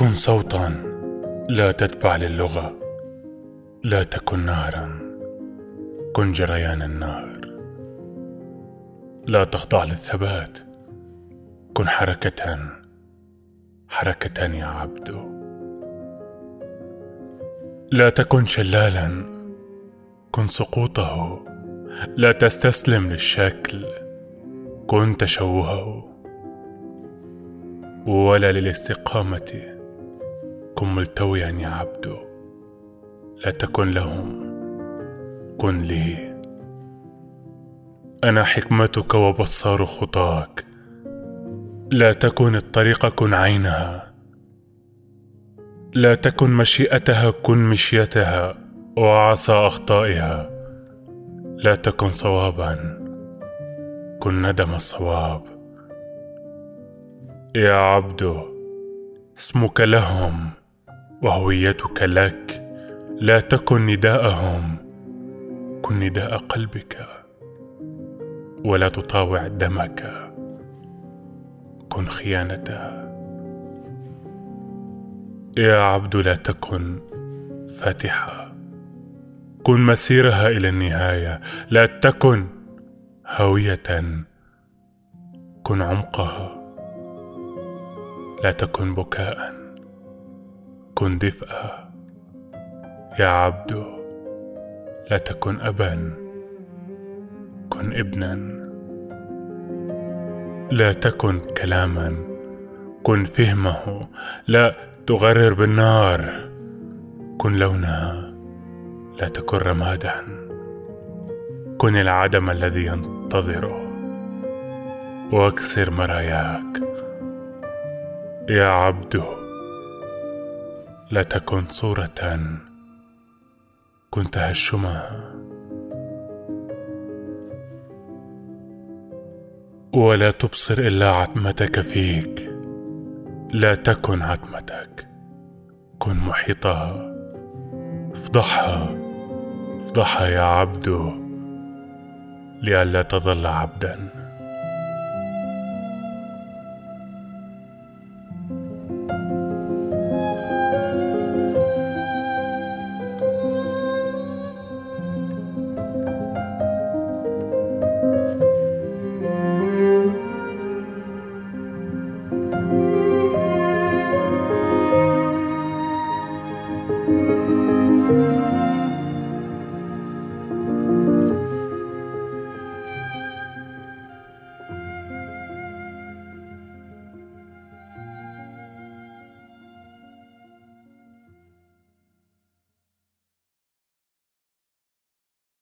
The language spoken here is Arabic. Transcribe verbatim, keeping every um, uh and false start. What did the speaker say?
تكن صوتا لا تتبع للغة، لا تكن نهرا كن جريان النهر، لا تخضع للثبات كن حركة حركة يا عبد. لا تكن شلالا كن سقوطه، لا تستسلم للشكل كن تشوهه، ولا للاستقامة كن ملتويا يا عبد. لا تكن لهم كن لي، أنا حكمتك وبصار خطاك. لا تكن الطريق كن عينها، لا تكن مشيئتها كن مشيتها وعصا أخطائها. لا تكن صوابا كن ندم الصواب. يا عبد اسمك لهم وهويتك لك، لا تكن نداءهم كن نداء قلبك، ولا تطاوع دمك كن خيانته. يا عبد لا تكن فاتحة كن مسيرها إلى النهاية، لا تكن هاوية كن عمقها، لا تكن بكاء كن دفئها. يا عبد لا تكن أبا كن ابنا، لا تكن كلاما كن فهمه، لا تغرر بالنار كن لونها، لا تكن رمادا كن العدم الذي ينتظره، واكسر مراياك. يا عبد لا تكن صورة كن تهشمها، ولا تبصر إلا عتمتك فيك. لا تكن عتمتك كن محيطها، افضحها افضحها يا عبد لئلا تظل عبدا.